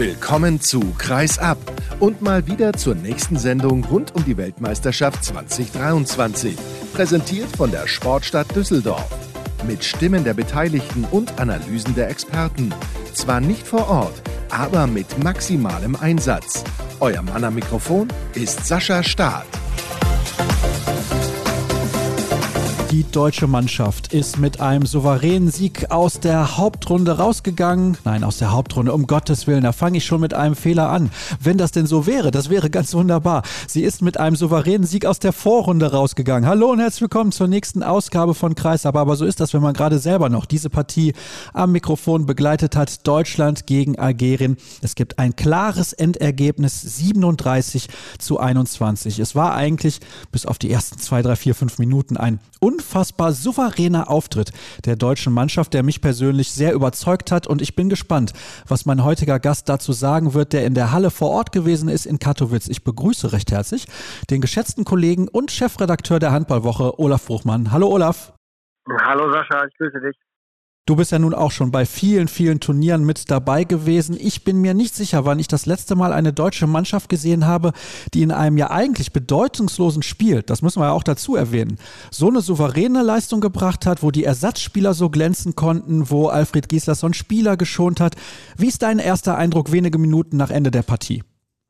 Willkommen zu Kreis ab und mal wieder zur nächsten Sendung rund um die Weltmeisterschaft 2023. Präsentiert von der Sportstadt Düsseldorf. Mit Stimmen der Beteiligten und Analysen der Experten. Zwar nicht vor Ort, aber mit maximalem Einsatz. Euer Mann am Mikrofon ist Sascha Staat. Die deutsche Mannschaft ist mit einem souveränen Sieg aus der Hauptrunde rausgegangen. Nein, aus der Hauptrunde, um Gottes Willen, da fange ich schon mit einem Fehler an. Wenn das denn so wäre, das wäre ganz wunderbar. Sie ist mit einem souveränen Sieg aus der Vorrunde rausgegangen. Hallo und herzlich willkommen zur nächsten Ausgabe von Kreis ab. Aber so ist das, wenn man gerade selber noch diese Partie am Mikrofon begleitet hat. Deutschland gegen Algerien. Es gibt ein klares Endergebnis, 37-21. Es war eigentlich bis auf die ersten 2, 3, 4, 5 Minuten ein unfassbar souveräner Auftritt der deutschen Mannschaft, der mich persönlich sehr überzeugt hat, und ich bin gespannt, was mein heutiger Gast dazu sagen wird, der in der Halle vor Ort gewesen ist in Katowice. Ich begrüße recht herzlich den geschätzten Kollegen und Chefredakteur der Handballwoche, Olaf Bruchmann. Hallo Olaf. Hallo Sascha, ich grüße dich. Du bist ja nun auch schon bei vielen, vielen Turnieren mit dabei gewesen. Ich bin mir nicht sicher, wann ich das letzte Mal eine deutsche Mannschaft gesehen habe, die in einem ja eigentlich bedeutungslosen Spiel, das müssen wir ja auch dazu erwähnen, so eine souveräne Leistung gebracht hat, wo die Ersatzspieler so glänzen konnten, wo Alfred Gislason Spieler geschont hat. Wie ist dein erster Eindruck wenige Minuten nach Ende der Partie?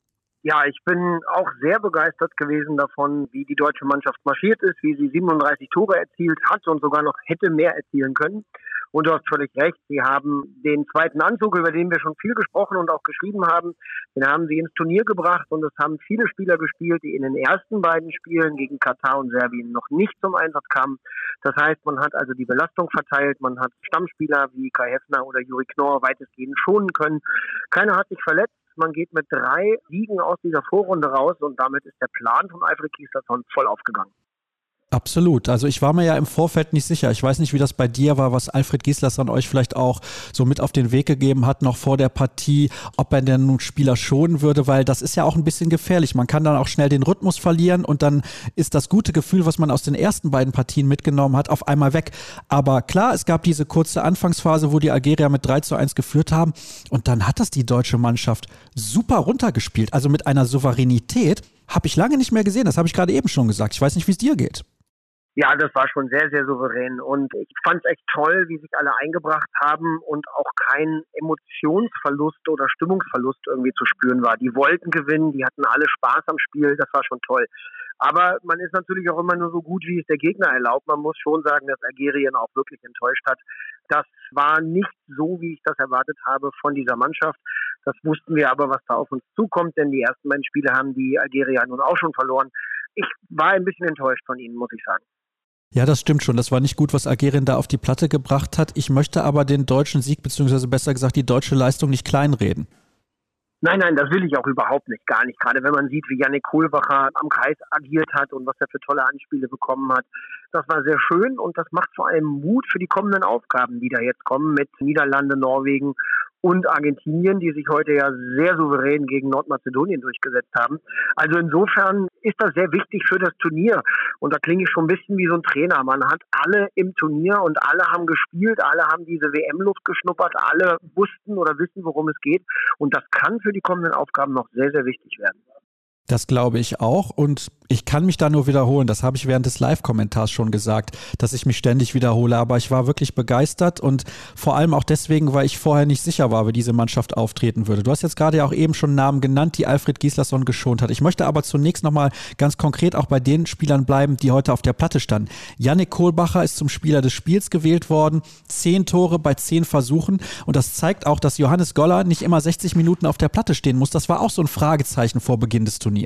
Ja, ich bin auch sehr begeistert gewesen davon, wie die deutsche Mannschaft marschiert ist, wie sie 37 Tore erzielt hat und sogar noch hätte mehr erzielen können. Und du hast völlig recht, sie haben den zweiten Anzug, über den wir schon viel gesprochen und auch geschrieben haben, den haben sie ins Turnier gebracht, und es haben viele Spieler gespielt, die in den ersten beiden Spielen gegen Katar und Serbien noch nicht zum Einsatz kamen. Das heißt, man hat also die Belastung verteilt, man hat Stammspieler wie Kai Heffner oder Juri Knorr weitestgehend schonen können. Keiner hat sich verletzt. Man geht mit 3 Siegen aus dieser Vorrunde raus, und damit ist der Plan von Alfred Gislason voll aufgegangen. Absolut. Also ich war mir ja im Vorfeld nicht sicher. Ich weiß nicht, wie das bei dir war, was Alfred Gislason euch vielleicht auch so mit auf den Weg gegeben hat, noch vor der Partie, ob er denn nun Spieler schonen würde, weil das ist ja auch ein bisschen gefährlich. Man kann dann auch schnell den Rhythmus verlieren, und dann ist das gute Gefühl, was man aus den ersten beiden Partien mitgenommen hat, auf einmal weg. Aber klar, es gab diese kurze Anfangsphase, wo die Algerier mit 3-1 geführt haben, und dann hat das die deutsche Mannschaft super runtergespielt. Also mit einer Souveränität habe ich lange nicht mehr gesehen. Das habe ich gerade eben schon gesagt. Ich weiß nicht, wie es dir geht. Ja, das war schon sehr, sehr souverän, und ich fand es echt toll, wie sich alle eingebracht haben und auch kein Emotionsverlust oder Stimmungsverlust irgendwie zu spüren war. Die wollten gewinnen, die hatten alle Spaß am Spiel, das war schon toll. Aber man ist natürlich auch immer nur so gut, wie es der Gegner erlaubt. Man muss schon sagen, dass Algerien auch wirklich enttäuscht hat. Das war nicht so, wie ich das erwartet habe von dieser Mannschaft. Das wussten wir aber, was da auf uns zukommt, denn die ersten beiden Spiele haben die Algerier nun auch schon verloren. Ich war ein bisschen enttäuscht von ihnen, muss ich sagen. Ja, das stimmt schon. Das war nicht gut, was Algerien da auf die Platte gebracht hat. Ich möchte aber den deutschen Sieg, beziehungsweise besser gesagt die deutsche Leistung, nicht kleinreden. Nein, das will ich auch überhaupt nicht, gar nicht. Gerade wenn man sieht, wie Yannick Kohlbacher am Kreis agiert hat und was er für tolle Anspiele bekommen hat. Das war sehr schön, und das macht vor allem Mut für die kommenden Aufgaben, die da jetzt kommen mit Niederlande, Norwegen und Argentinien, die sich heute ja sehr souverän gegen Nordmazedonien durchgesetzt haben. Also insofern ist das sehr wichtig für das Turnier. Und da klinge ich schon ein bisschen wie so ein Trainer. Man hat alle im Turnier, und alle haben gespielt, alle haben diese WM-Luft geschnuppert, alle wussten oder wissen, worum es geht. Und das kann für die kommenden Aufgaben noch sehr, sehr wichtig werden. Das glaube ich auch, und ich kann mich da nur wiederholen. Das habe ich während des Live-Kommentars schon gesagt, dass ich mich ständig wiederhole. Aber ich war wirklich begeistert, und vor allem auch deswegen, weil ich vorher nicht sicher war, wie diese Mannschaft auftreten würde. Du hast jetzt gerade ja auch eben schon Namen genannt, die Alfred Gislason geschont hat. Ich möchte aber zunächst nochmal ganz konkret auch bei den Spielern bleiben, die heute auf der Platte standen. Yannick Kohlbacher ist zum Spieler des Spiels gewählt worden. 10 Tore bei 10 Versuchen. Und das zeigt auch, dass Johannes Goller nicht immer 60 Minuten auf der Platte stehen muss. Das war auch so ein Fragezeichen vor Beginn des Turniers.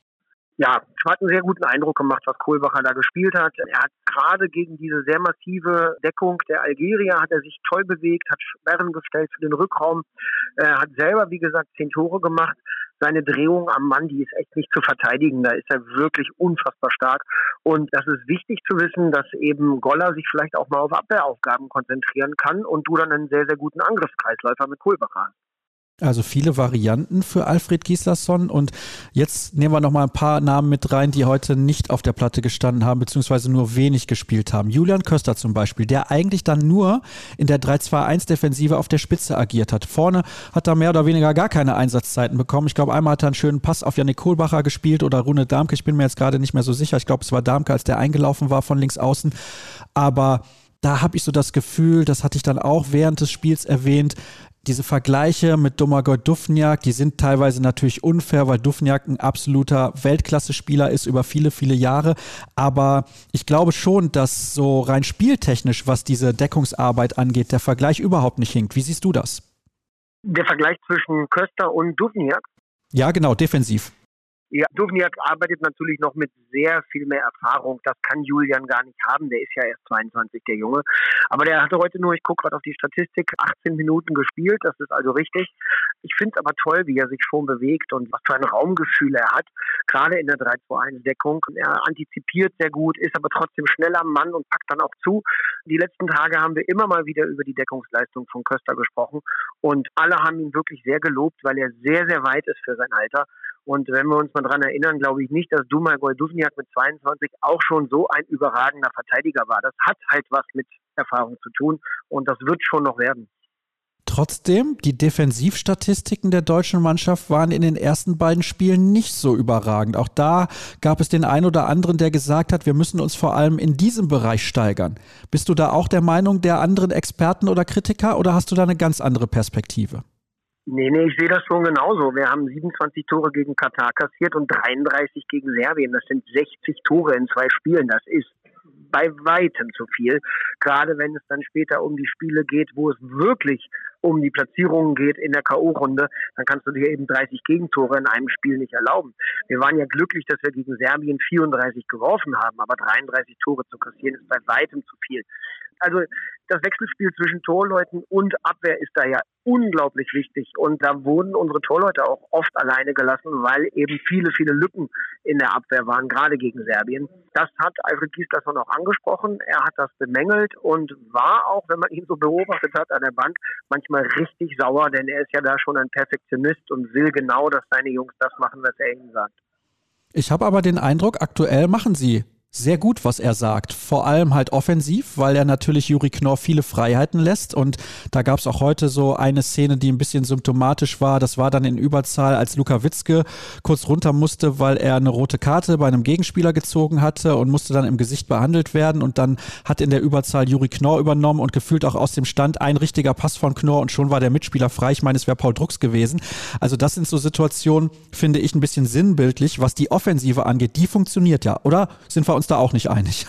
Ja, es hat einen sehr guten Eindruck gemacht, was Kohlbacher da gespielt hat. Er hat gerade gegen diese sehr massive Deckung der Algerier, hat er sich toll bewegt, hat Sperren gestellt für den Rückraum, hat selber, wie gesagt, 10 Tore gemacht. Seine Drehung am Mann, die ist echt nicht zu verteidigen. Da ist er wirklich unfassbar stark. Und das ist wichtig zu wissen, dass eben Goller sich vielleicht auch mal auf Abwehraufgaben konzentrieren kann und du dann einen sehr, sehr guten Angriffskreisläufer mit Kohlbacher hast. Also viele Varianten für Alfred Gislason, und jetzt nehmen wir noch mal ein paar Namen mit rein, die heute nicht auf der Platte gestanden haben, beziehungsweise nur wenig gespielt haben. Julian Köster zum Beispiel, der eigentlich dann nur in der 3-2-1-Defensive auf der Spitze agiert hat. Vorne hat er mehr oder weniger gar keine Einsatzzeiten bekommen. Ich glaube, einmal hat er einen schönen Pass auf Yannick Kohlbacher gespielt oder Rune Darmke. Ich bin mir jetzt gerade nicht mehr so sicher. Ich glaube, es war Darmke, als der eingelaufen war von links außen. Aber da habe ich so das Gefühl, das hatte ich dann auch während des Spiels erwähnt, diese Vergleiche mit Domagoj Duvnjak, die sind teilweise natürlich unfair, weil Duvnjak ein absoluter Weltklasse-Spieler ist über viele, viele Jahre. Aber ich glaube schon, dass so rein spieltechnisch, was diese Deckungsarbeit angeht, der Vergleich überhaupt nicht hinkt. Wie siehst du das? Der Vergleich zwischen Köster und Duvnjak? Ja, genau, defensiv. Ja, Duvnjak arbeitet natürlich noch mit sehr viel mehr Erfahrung. Das kann Julian gar nicht haben. Der ist ja erst 22, der Junge. Aber der hatte heute nur, ich gucke gerade auf die Statistik, 18 Minuten gespielt. Das ist also richtig. Ich finde es aber toll, wie er sich schon bewegt und was für ein Raumgefühl er hat. Gerade in der 3-2-1-Deckung. Er antizipiert sehr gut, ist aber trotzdem schnell am Mann und packt dann auch zu. Die letzten Tage haben wir immer mal wieder über die Deckungsleistung von Köster gesprochen. Und alle haben ihn wirklich sehr gelobt, weil er sehr, sehr weit ist für sein Alter. Und wenn wir uns mal daran erinnern, glaube ich nicht, dass Domagoj Duvnjak mit 22 auch schon so ein überragender Verteidiger war. Das hat halt was mit Erfahrung zu tun und das wird schon noch werden. Trotzdem, die Defensivstatistiken der deutschen Mannschaft waren in den ersten beiden Spielen nicht so überragend. Auch da gab es den einen oder anderen, der gesagt hat, wir müssen uns vor allem in diesem Bereich steigern. Bist du da auch der Meinung der anderen Experten oder Kritiker oder hast du da eine ganz andere Perspektive? Nee, ich sehe das schon genauso. Wir haben 27 Tore gegen Katar kassiert und 33 gegen Serbien. Das sind 60 Tore in 2 Spielen. Das ist bei weitem zu viel. Gerade wenn es dann später um die Spiele geht, wo es wirklich um die Platzierungen geht in der K.O.-Runde, dann kannst du dir eben 30 Gegentore in einem Spiel nicht erlauben. Wir waren ja glücklich, dass wir gegen Serbien 34 geworfen haben, aber 33 Tore zu kassieren ist bei weitem zu viel. Also das Wechselspiel zwischen Torleuten und Abwehr ist da ja unglaublich wichtig. Und da wurden unsere Torleute auch oft alleine gelassen, weil eben viele, viele Lücken in der Abwehr waren, gerade gegen Serbien. Das hat Alfred Gislason auch angesprochen. Er hat das bemängelt und war auch, wenn man ihn so beobachtet hat an der Bank, manchmal richtig sauer, denn er ist ja da schon ein Perfektionist und will genau, dass seine Jungs das machen, was er ihnen sagt. Ich habe aber den Eindruck, aktuell machen sie sehr gut, was er sagt. Vor allem halt offensiv, weil er natürlich Juri Knorr viele Freiheiten lässt. Und da gab es auch heute so eine Szene, die ein bisschen symptomatisch war. Das war dann in Überzahl, als Luka Witzke kurz runter musste, weil er eine rote Karte bei einem Gegenspieler gezogen hatte und musste dann im Gesicht behandelt werden. Und dann hat in der Überzahl Juri Knorr übernommen und gefühlt auch aus dem Stand ein richtiger Pass von Knorr und schon war der Mitspieler frei. Ich meine, es wäre Paul Drucks gewesen. Also das sind so Situationen, finde ich, ein bisschen sinnbildlich, was die Offensive angeht. Die funktioniert ja, oder? Sind wir uns da auch nicht einig?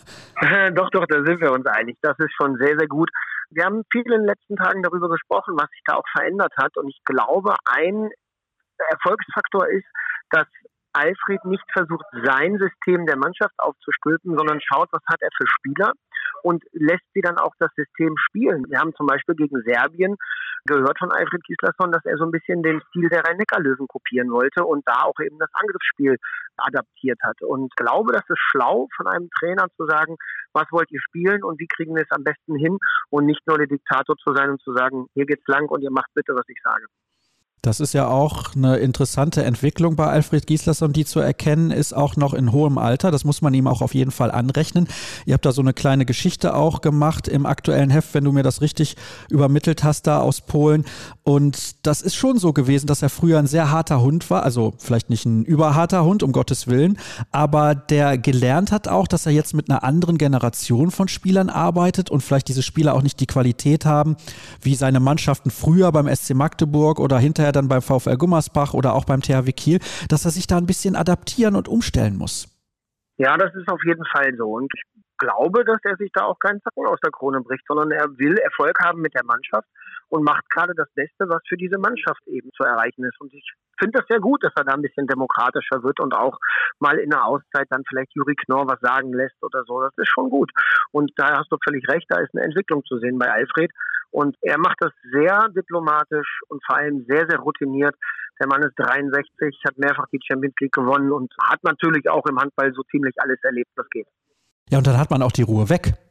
Doch, da sind wir uns einig. Das ist schon sehr, sehr gut. Wir haben viel in den letzten Tagen darüber gesprochen, was sich da auch verändert hat. Und ich glaube, ein Erfolgsfaktor ist, dass Alfred nicht versucht, sein System der Mannschaft aufzustülpen, sondern schaut, was hat er für Spieler und lässt sie dann auch das System spielen. Wir haben zum Beispiel gegen Serbien gehört von Alfred Gislason, dass er so ein bisschen den Stil der Rhein-Neckar-Löwen kopieren wollte und da auch eben das Angriffsspiel adaptiert hat. Und glaube, das ist schlau von einem Trainer zu sagen, was wollt ihr spielen und wie kriegen wir es am besten hin und nicht nur der Diktator zu sein und zu sagen, hier geht's lang und ihr macht bitte, was ich sage. Das ist ja auch eine interessante Entwicklung bei Alfred Gislason, die zu erkennen ist, auch noch in hohem Alter. Das muss man ihm auch auf jeden Fall anrechnen. Ihr habt da so eine kleine Geschichte auch gemacht im aktuellen Heft, wenn du mir das richtig übermittelt hast, da aus Polen. Und das ist schon so gewesen, dass er früher ein sehr harter Hund war. Also vielleicht nicht ein überharter Hund, um Gottes Willen. Aber der gelernt hat auch, dass er jetzt mit einer anderen Generation von Spielern arbeitet und vielleicht diese Spieler auch nicht die Qualität haben, wie seine Mannschaften früher beim SC Magdeburg oder hinterher dann beim VfL Gummersbach oder auch beim THW Kiel, dass er sich da ein bisschen adaptieren und umstellen muss. Ja, das ist auf jeden Fall so. Und ich glaube, dass er sich da auch keinen Zacken aus der Krone bricht, sondern er will Erfolg haben mit der Mannschaft und macht gerade das Beste, was für diese Mannschaft eben zu erreichen ist. Und ich finde das sehr gut, dass er da ein bisschen demokratischer wird und auch mal in der Auszeit dann vielleicht Juri Knorr was sagen lässt oder so. Das ist schon gut. Und da hast du völlig recht, da ist eine Entwicklung zu sehen bei Alfred. Und er macht das sehr diplomatisch und vor allem sehr, sehr routiniert. Der Mann ist 63, hat mehrfach die Champions League gewonnen und hat natürlich auch im Handball so ziemlich alles erlebt, was geht. Ja, und dann hat man auch die Ruhe weg.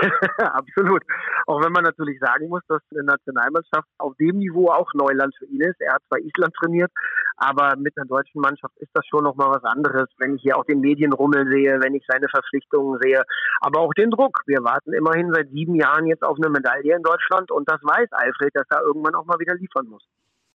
Absolut. Auch wenn man natürlich sagen muss, dass eine Nationalmannschaft auf dem Niveau auch Neuland für ihn ist. Er hat zwar Island trainiert, aber mit einer deutschen Mannschaft ist das schon nochmal was anderes, wenn ich hier auch den Medienrummel sehe, wenn ich seine Verpflichtungen sehe, aber auch den Druck. Wir warten immerhin seit 7 Jahren jetzt auf eine Medaille in Deutschland und das weiß Alfred, dass er irgendwann auch mal wieder liefern muss.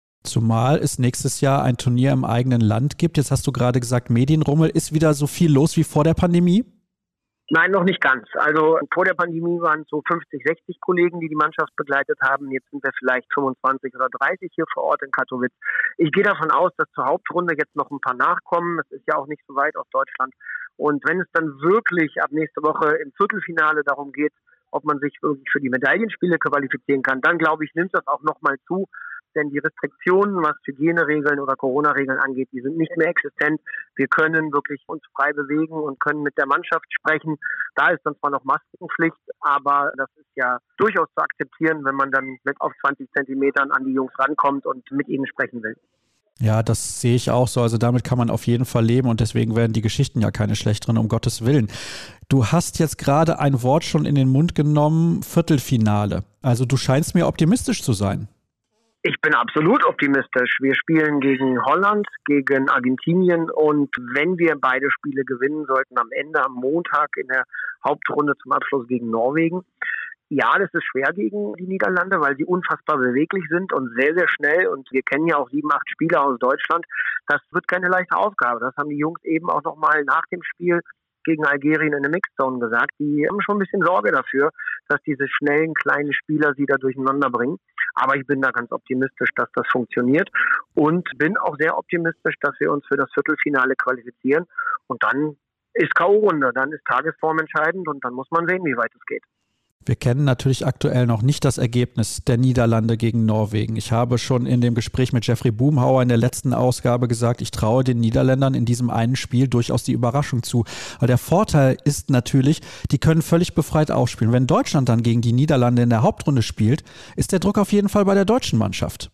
Zumal es nächstes Jahr ein Turnier im eigenen Land gibt. Jetzt hast du gerade gesagt, Medienrummel. Ist wieder so viel los wie vor der Pandemie? Nein, noch nicht ganz. Also vor der Pandemie waren es so 50, 60 Kollegen, die die Mannschaft begleitet haben. Jetzt sind wir vielleicht 25 oder 30 hier vor Ort in Katowice. Ich gehe davon aus, dass zur Hauptrunde jetzt noch ein paar nachkommen. Es ist ja auch nicht so weit aus Deutschland. Und wenn es dann wirklich ab nächste Woche im Viertelfinale darum geht, ob man sich wirklich für die Medaillenspiele qualifizieren kann, dann glaube ich, nimmt das auch nochmal zu. Denn die Restriktionen, was Hygieneregeln oder Corona-Regeln angeht, die sind nicht mehr existent. Wir können wirklich uns frei bewegen und können mit der Mannschaft sprechen. Da ist dann zwar noch Maskenpflicht, aber das ist ja durchaus zu akzeptieren, wenn man dann mit auf 20 Zentimetern an die Jungs rankommt und mit ihnen sprechen will. Ja, das sehe ich auch so. Also damit kann man auf jeden Fall leben und deswegen werden die Geschichten ja keine schlechteren, um Gottes Willen. Du hast jetzt gerade ein Wort schon in den Mund genommen, Viertelfinale. Also du scheinst mir optimistisch zu sein. Ich bin absolut optimistisch. Wir spielen gegen Holland, gegen Argentinien und wenn wir beide Spiele gewinnen sollten, am Ende am Montag in der Hauptrunde zum Abschluss gegen Norwegen. Ja, das ist schwer gegen die Niederlande, weil sie unfassbar beweglich sind und sehr, sehr schnell und wir kennen ja auch 7, 8 Spieler aus Deutschland. Das wird keine leichte Aufgabe. Das haben die Jungs eben auch nochmal nach dem Spiel gegen Algerien in der Mixzone gesagt. Die haben schon ein bisschen Sorge dafür, dass diese schnellen, kleinen Spieler sie da durcheinander bringen. Aber ich bin da ganz optimistisch, dass das funktioniert und bin auch sehr optimistisch, dass wir uns für das Viertelfinale qualifizieren. Und dann ist K.O.-Runde, dann ist Tagesform entscheidend und dann muss man sehen, wie weit es geht. Wir kennen natürlich aktuell noch nicht das Ergebnis der Niederlande gegen Norwegen. Ich habe schon in dem Gespräch mit Jeffrey Boomhauer in der letzten Ausgabe gesagt, ich traue den Niederländern in diesem einen Spiel durchaus die Überraschung zu. Weil der Vorteil ist natürlich, die können völlig befreit aufspielen. Wenn Deutschland dann gegen die Niederlande in der Hauptrunde spielt, ist der Druck auf jeden Fall bei der deutschen Mannschaft.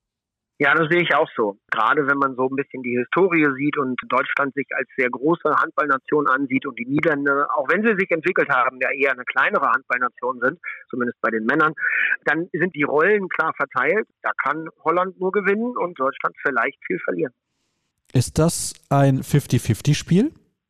Ja, das sehe ich auch so. Gerade wenn man so ein bisschen die Historie sieht und Deutschland sich als sehr große Handballnation ansieht und die Niederlande, auch wenn sie sich entwickelt haben, ja eher eine kleinere Handballnation sind, zumindest bei den Männern, dann sind die Rollen klar verteilt. Da kann Holland nur gewinnen und Deutschland vielleicht viel verlieren. Ist das ein 50-50-Spiel?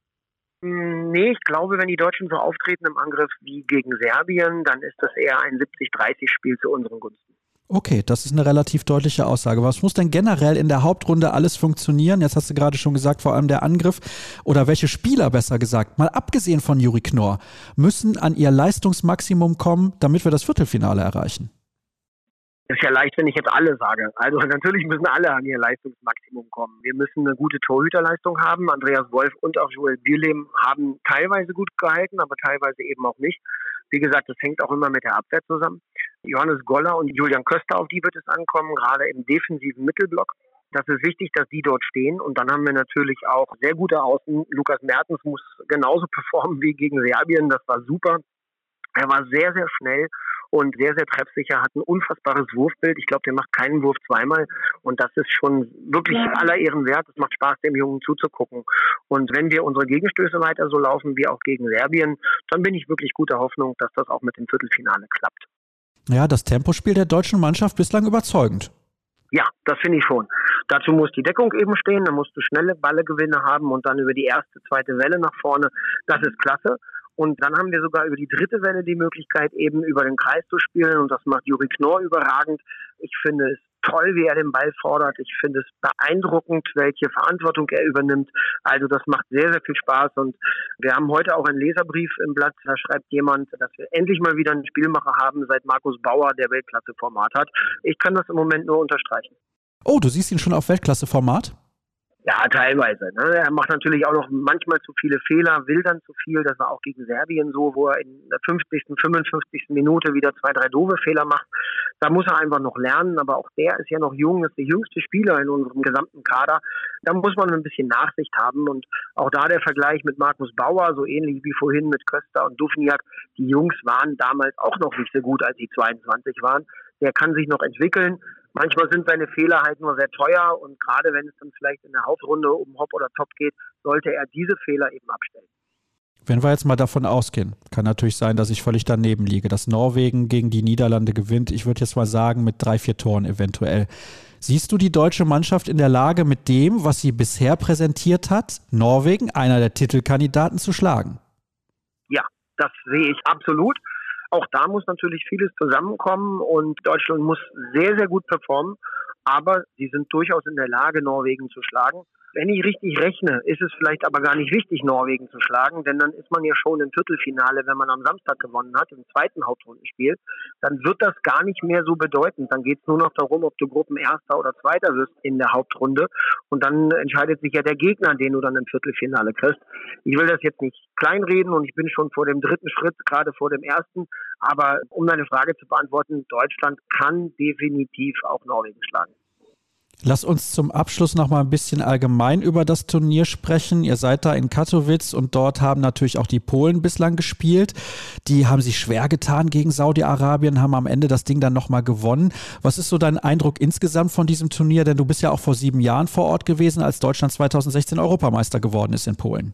Nee, ich glaube, wenn die Deutschen so auftreten im Angriff wie gegen Serbien, dann ist das eher ein 70-30-Spiel zu unseren Gunsten. Okay, das ist eine relativ deutliche Aussage. Was muss denn generell in der Hauptrunde alles funktionieren? Jetzt hast du gerade schon gesagt, vor allem der Angriff oder welche Spieler, besser gesagt, mal abgesehen von Juri Knorr, müssen an ihr Leistungsmaximum kommen, damit wir das Viertelfinale erreichen? Das ist ja leicht, wenn ich jetzt alle sage. Also natürlich müssen alle an ihr Leistungsmaximum kommen. Wir müssen eine gute Torhüterleistung haben. Andreas Wolf und auch Joel Bierlehm haben teilweise gut gehalten, aber teilweise eben auch nicht. Wie gesagt, das hängt auch immer mit der Abwehr zusammen. Johannes Goller und Julian Köster, auf die wird es ankommen, gerade im defensiven Mittelblock. Das ist wichtig, dass die dort stehen. Und dann haben wir natürlich auch sehr gute Außen. Lukas Mertens muss genauso performen wie gegen Serbien. Das war super. Er war sehr, sehr schnell und sehr, sehr treffsicher, hat ein unfassbares Wurfbild. Ich glaube, der macht keinen Wurf zweimal. Und das ist schon wirklich aller Ehren wert. Es macht Spaß, dem Jungen zuzugucken. Und wenn wir unsere Gegenstöße weiter so laufen wie auch gegen Serbien, dann bin ich wirklich guter Hoffnung, dass das auch mit dem Viertelfinale klappt. Ja, das Tempospiel der deutschen Mannschaft bislang überzeugend. Ja, das finde ich schon. Dazu muss die Deckung eben stehen, dann musst du schnelle Ballegewinne haben und dann über die erste, zweite Welle nach vorne. Das ist klasse. Und dann haben wir sogar über die dritte Welle die Möglichkeit, eben über den Kreis zu spielen. Und das macht Juri Knorr überragend. Ich finde es toll, wie er den Ball fordert. Ich finde es beeindruckend, welche Verantwortung er übernimmt. Also das macht sehr, sehr viel Spaß. Und wir haben heute auch einen Leserbrief im Blatt. Da schreibt jemand, dass wir endlich mal wieder einen Spielmacher haben, seit Markus Bauer, der Weltklasse-Format hat. Ich kann das im Moment nur unterstreichen. Oh, du siehst ihn schon auf Weltklasse-Format? Ja, teilweise. Ne? Er macht natürlich auch noch manchmal zu viele Fehler, will dann zu viel. Das war auch gegen Serbien so, wo er in der 50., 55. Minute wieder 2, 3 doofe Fehler macht. Da muss er einfach noch lernen, aber auch der ist ja noch jung, ist der jüngste Spieler in unserem gesamten Kader. Da muss man ein bisschen Nachsicht haben und auch da der Vergleich mit Markus Bauer, so ähnlich wie vorhin mit Köster und Dufniak. Die Jungs waren damals auch noch nicht so gut, als sie 22 waren. Der kann sich noch entwickeln. Manchmal sind seine Fehler halt nur sehr teuer und gerade wenn es dann vielleicht in der Hauptrunde um Hop oder Top geht, sollte er diese Fehler eben abstellen. Wenn wir jetzt mal davon ausgehen, kann natürlich sein, dass ich völlig daneben liege, dass Norwegen gegen die Niederlande gewinnt. Ich würde jetzt mal sagen, mit 3-4 Toren eventuell. Siehst du die deutsche Mannschaft in der Lage, mit dem, was sie bisher präsentiert hat, Norwegen, einer der Titelkandidaten, zu schlagen? Ja, das sehe ich absolut. Auch da muss natürlich vieles zusammenkommen und Deutschland muss sehr, sehr gut performen. Aber sie sind durchaus in der Lage, Norwegen zu schlagen. Wenn ich richtig rechne, ist es vielleicht aber gar nicht wichtig, Norwegen zu schlagen, denn dann ist man ja schon im Viertelfinale, wenn man am Samstag gewonnen hat, im zweiten Hauptrundenspiel. Dann wird das gar nicht mehr so bedeutend. Dann geht es nur noch darum, ob du Gruppenerster oder Zweiter wirst in der Hauptrunde. Und dann entscheidet sich ja der Gegner, den du dann im Viertelfinale kriegst. Ich will das jetzt nicht kleinreden und ich bin schon vor dem dritten Schritt, gerade vor dem ersten. Aber um deine Frage zu beantworten, Deutschland kann definitiv auch Norwegen schlagen. Lass uns zum Abschluss noch mal ein bisschen allgemein über das Turnier sprechen. Ihr seid da in Katowice und dort haben natürlich auch die Polen bislang gespielt. Die haben sich schwer getan gegen Saudi-Arabien, haben am Ende das Ding dann noch mal gewonnen. Was ist so dein Eindruck insgesamt von diesem Turnier? Denn du bist ja auch vor 7 Jahren vor Ort gewesen, als Deutschland 2016 Europameister geworden ist in Polen.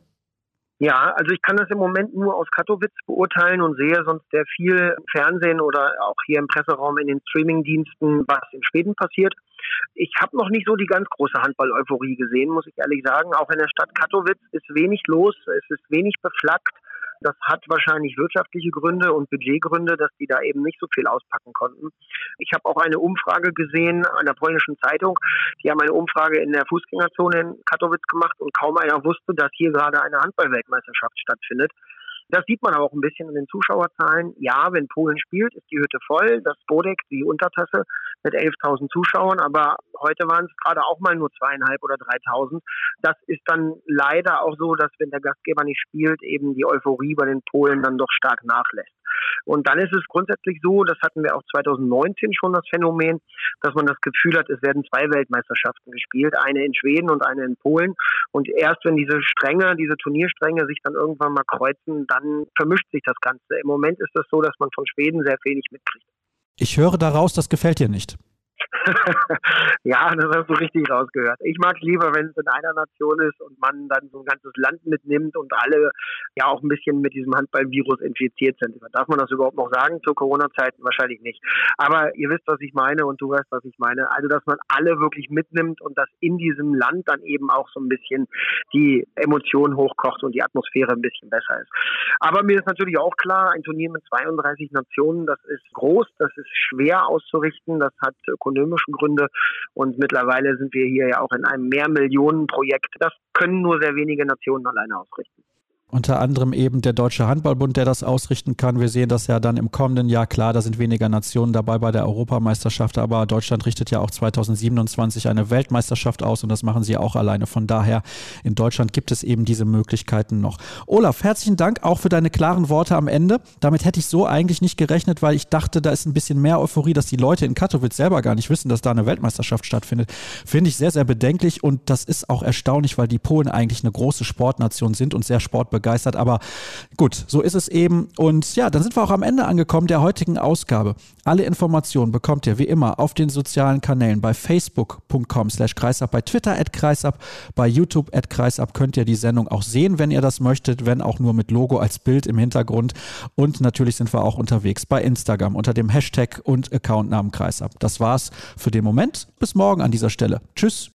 Ja, also ich kann das im Moment nur aus Katowice beurteilen und sehe sonst sehr viel im Fernsehen oder auch hier im Presseraum in den Streamingdiensten, was in Schweden passiert. Ich habe noch nicht so die ganz große Handball-Euphorie gesehen, muss ich ehrlich sagen. Auch in der Stadt Katowice ist wenig los, es ist wenig beflaggt. Das hat wahrscheinlich wirtschaftliche Gründe und Budgetgründe, dass die da eben nicht so viel auspacken konnten. Ich habe auch eine Umfrage gesehen einer polnischen Zeitung. Die haben eine Umfrage in der Fußgängerzone in Katowice gemacht und kaum einer wusste, dass hier gerade eine Handball-Weltmeisterschaft stattfindet. Das sieht man aber auch ein bisschen in den Zuschauerzahlen. Ja, wenn Polen spielt, ist die Hütte voll. Das Spodek, die Untertasse, mit 11.000 Zuschauern. Aber heute waren es gerade auch mal nur 2.500 oder 3.000. Das ist dann leider auch so, dass wenn der Gastgeber nicht spielt, eben die Euphorie bei den Polen dann doch stark nachlässt. Und dann ist es grundsätzlich so, das hatten wir auch 2019 schon das Phänomen, dass man das Gefühl hat, es werden 2 Weltmeisterschaften gespielt, eine in Schweden und eine in Polen. Und erst wenn diese Turnierstränge sich dann irgendwann mal kreuzen, dann vermischt sich das Ganze. Im Moment ist es so, dass man von Schweden sehr wenig mitkriegt. Ich höre daraus, das gefällt dir nicht. Ja, das hast du richtig rausgehört. Ich mag es lieber, wenn es in einer Nation ist und man dann so ein ganzes Land mitnimmt und alle ja auch ein bisschen mit diesem Handballvirus infiziert sind. Darf man das überhaupt noch sagen zu Corona-Zeiten? Wahrscheinlich nicht. Aber ihr wisst, was ich meine und du weißt, was ich meine. Also, dass man alle wirklich mitnimmt und dass in diesem Land dann eben auch so ein bisschen die Emotionen hochkocht und die Atmosphäre ein bisschen besser ist. Aber mir ist natürlich auch klar, ein Turnier mit 32 Nationen, das ist groß, das ist schwer auszurichten, das hat ökonomische Gründe und mittlerweile sind wir hier ja auch in einem Mehrmillionenprojekt. Das können nur sehr wenige Nationen alleine ausrichten. Unter anderem eben der Deutsche Handballbund, der das ausrichten kann. Wir sehen das ja dann im kommenden Jahr. Klar, da sind weniger Nationen dabei bei der Europameisterschaft, aber Deutschland richtet ja auch 2027 eine Weltmeisterschaft aus und das machen sie auch alleine. Von daher, in Deutschland gibt es eben diese Möglichkeiten noch. Olaf, herzlichen Dank auch für deine klaren Worte am Ende. Damit hätte ich so eigentlich nicht gerechnet, weil ich dachte, da ist ein bisschen mehr Euphorie, dass die Leute in Katowice selber gar nicht wissen, dass da eine Weltmeisterschaft stattfindet. Finde ich sehr, sehr bedenklich und das ist auch erstaunlich, weil die Polen eigentlich eine große Sportnation sind und sehr sportbegeistert. Aber gut, so ist es eben. Und ja, dann sind wir auch am Ende angekommen der heutigen Ausgabe. Alle Informationen bekommt ihr wie immer auf den sozialen Kanälen bei facebook.com/kreisab, bei Twitter @kreisab, bei YouTube @kreisab könnt ihr die Sendung auch sehen, wenn ihr das möchtet, wenn auch nur mit Logo als Bild im Hintergrund. Und natürlich sind wir auch unterwegs bei Instagram unter dem Hashtag und Accountnamen Kreisab. Das war's für den Moment. Bis morgen an dieser Stelle. Tschüss.